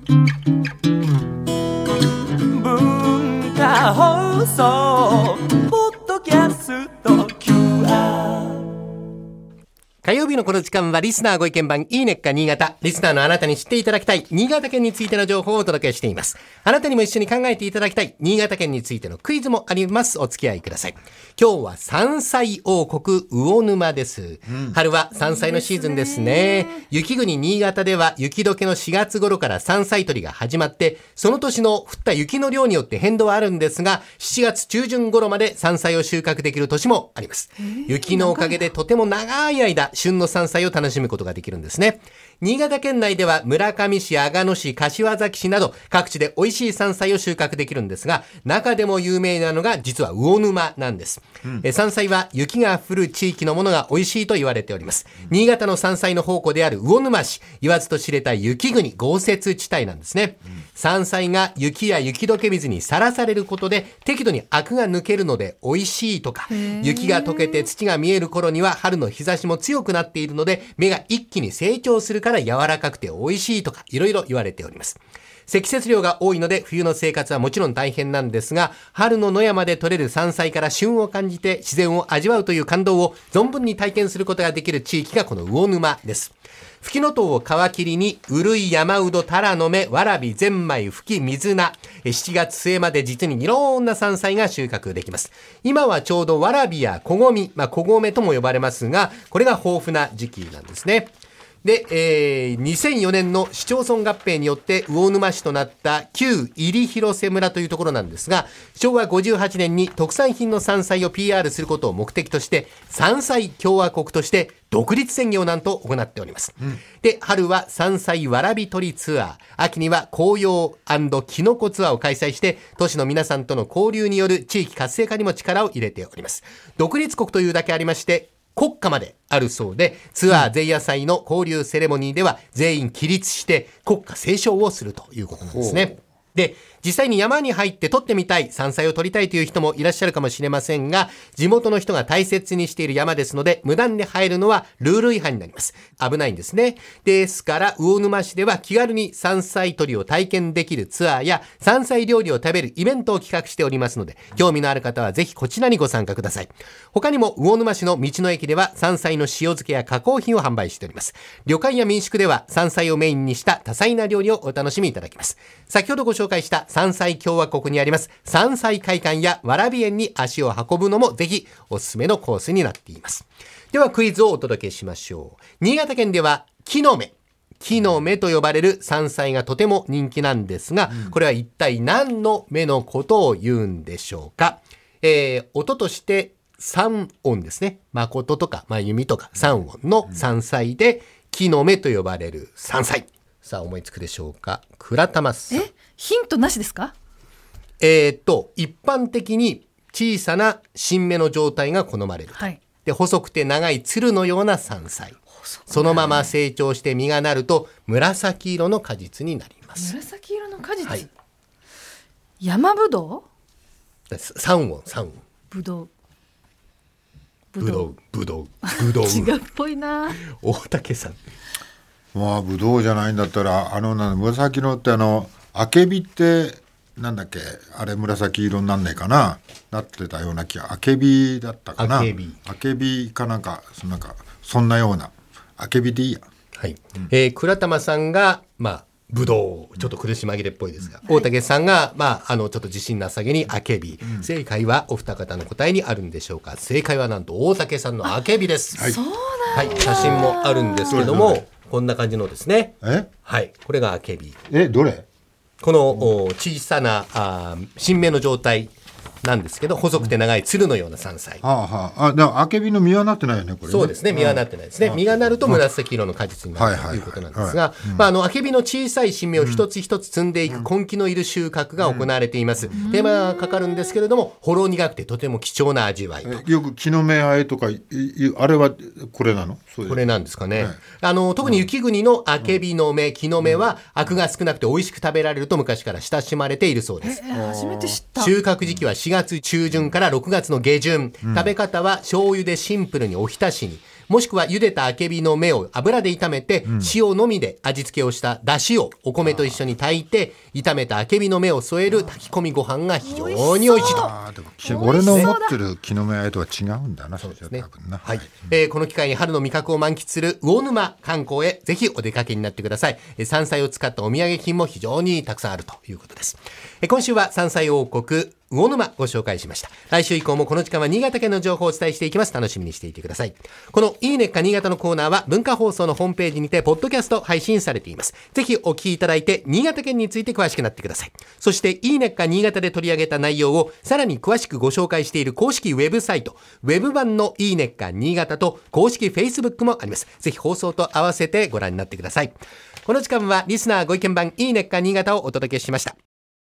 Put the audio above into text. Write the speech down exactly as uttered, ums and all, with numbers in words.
文化放送ポッドキャスト キューアール。 火曜日のこの時間はリスナーご意見番いいねっか新潟。リスナーのあなたに知っていただきたい新潟県についての情報をお届けしています。あなたにも一緒に考えていただきたい新潟県についてのクイズもあります。お付き合いください。今日は山菜王国魚沼です、うん、春は山菜のシーズンですね。雪国新潟では雪解けのしがつ頃から山菜採りが始まって、その年の降った雪の量によって変動はあるんですが、しちがつちゅうじゅん頃まで山菜を収穫できる年もあります。雪のおかげでとても長い間旬の山菜を楽しむことができるんですね。新潟県内では村上市、阿賀野市、柏崎市など各地で美味しい山菜を収穫できるんですが、中でも有名なのが実は魚沼なんです、うん、え山菜は雪が降る地域のものが美味しいと言われております、うん、新潟の山菜の宝庫である魚沼市、言わずと知れた雪国豪雪地帯なんですね、うん、山菜が雪や雪解け水にさらされることで適度にアクが抜けるので美味しいとか、雪が溶けて土が見える頃には春の日差しも強くなっているので芽が一気に成長するから柔らかくて美味しいとかいろいろ言われております。積雪量が多いので冬の生活はもちろん大変なんですが、春の野山で採れる山菜から旬を感じて自然を味わうという感動を存分に体験することができる地域がこの魚沼です。フキノトウを皮切りにウルイ、ヤマウド、タラの芽、ワラビ、ゼンマイ、フキ、ミズナ、しちがつ末まで実にいろんな山菜が収穫できます。今はちょうどワラビやコゴミ、まあコゴメとも呼ばれますが、これが豊富な時期なんですね。で、えー、にせんよねんの市町村合併によって魚沼市となった旧入広瀬村というところなんですが、しょうわごじゅうはちねんに特産品の山菜を ピーアール することを目的として山菜共和国として独立宣言をなんと行っております、うん、で、春は山菜わらび取りツアー、秋には紅葉&キノコツアーを開催して都市の皆さんとの交流による地域活性化にも力を入れております。独立国というだけありまして国家まであるそうで、ツアー前夜祭の交流セレモニーでは全員起立して国歌斉唱をするということなんですね。で、実際に山に入って取ってみたい、山菜を取りたいという人もいらっしゃるかもしれませんが、地元の人が大切にしている山ですので、無断で入るのはルール違反になります。危ないんですね。ですから、魚沼市では気軽に山菜採りを体験できるツアーや、山菜料理を食べるイベントを企画しておりますので、興味のある方はぜひこちらにご参加ください。他にも、魚沼市の道の駅では、山菜の塩漬けや加工品を販売しております。旅館や民宿では、山菜をメインにした多彩な料理をお楽しみいただきます。先ほどご紹介した山菜共和国にあります山菜会館やわらび園に足を運ぶのもぜひおすすめのコースになっています。ではクイズをお届けしましょう。新潟県では木の芽木の芽と呼ばれる山菜がとても人気なんですが、うん、これは一体何の芽のことを言うんでしょうか。えー、音として三音ですね。誠とか真由美とか三音の山菜で木の芽と呼ばれる山菜。さあ思いつくでしょうか。倉玉さん。 え、ヒントなしですか？ えー、っと一般的に小さな新芽の状態が好まれる、はい、で細くて長いつるのような山菜、そのまま成長して実がなると紫色の果実になります。 紫色の果実、はい、山ぶどう三音三音ぶどうぶどうぶどうぶどう違うっぽいな。 大竹さん。 まあぶどうじゃないんだったらあのなん紫のってあのあけびってなんだっけあれ紫色になんねえかななってたような気があけびだったかなあけびあけびかなんかそなんかそんなようなあけびでいいや。 はい、うん、えー、倉玉さんがまあぶどうちょっと苦し紛れっぽいですが、うん、大竹さんが、まあ、あのちょっと自信なさげにあけび、うん、正解はお二方の答えにあるんでしょうか。正解はなんと大竹さんのあけびです。 はい、そうなんだ、 はい、写真もあるんですけどもこんな感じのですね。 え、 はい、これがあけび。 え、どれ？ この小さなあ新芽の状態なんですけど細くて長いつるのような山菜、 はあはあ、あだからあけびの実はなってないよねこれね。 そうですね、実はなってないですね。実がなると紫色の果実になるということなんですが、まああのあけびの小さい新芽を一つ一つ摘んでいく根気のいる収穫が行われています、うん、手間がかかるんですけれどもほろ苦くてとても貴重な味わいと。 よく木の芽あえとかあれはこれなの？そういうこれなんですかね、はい、あの特に雪国のあけびの芽木の芽はアクが少なくて美味しく食べられると昔から親しまれているそうです。 えー、初めて知った。 収穫時期はしがつちゅうじゅんからろくがつの下旬、うん、食べ方は醤油でシンプルにおひたしにもしくは茹でたあけびの芽を油で炒めて、塩のみで味付けをしただしをお米と一緒に炊いて、炒めたあけびの芽を添える炊き込みご飯が非常に美味しいと。 あーでもき俺の思ってる木の芽あえとは違うんだな。そうですね多分な。 はいえーこの機会に春の味覚を満喫する魚沼観光へぜひお出かけになってください。えー山菜を使ったお土産品も非常にたくさんあるということです。えー今週は山菜王国魚沼ご紹介しました。来週以降もこの時間は新潟県の情報をお伝えしていきます。楽しみにしていてください。このいいねっか新潟のコーナーは文化放送のホームページにてポッドキャスト配信されています。ぜひお聞きいただいて新潟県について詳しくなってください。そしていいねっか新潟で取り上げた内容をさらに詳しくご紹介している公式ウェブサイト、ウェブ版のいいねっか新潟と公式 Facebook もあります。ぜひ放送と合わせてご覧になってください。この時間はリスナーご意見番いいねっか新潟をお届けしました。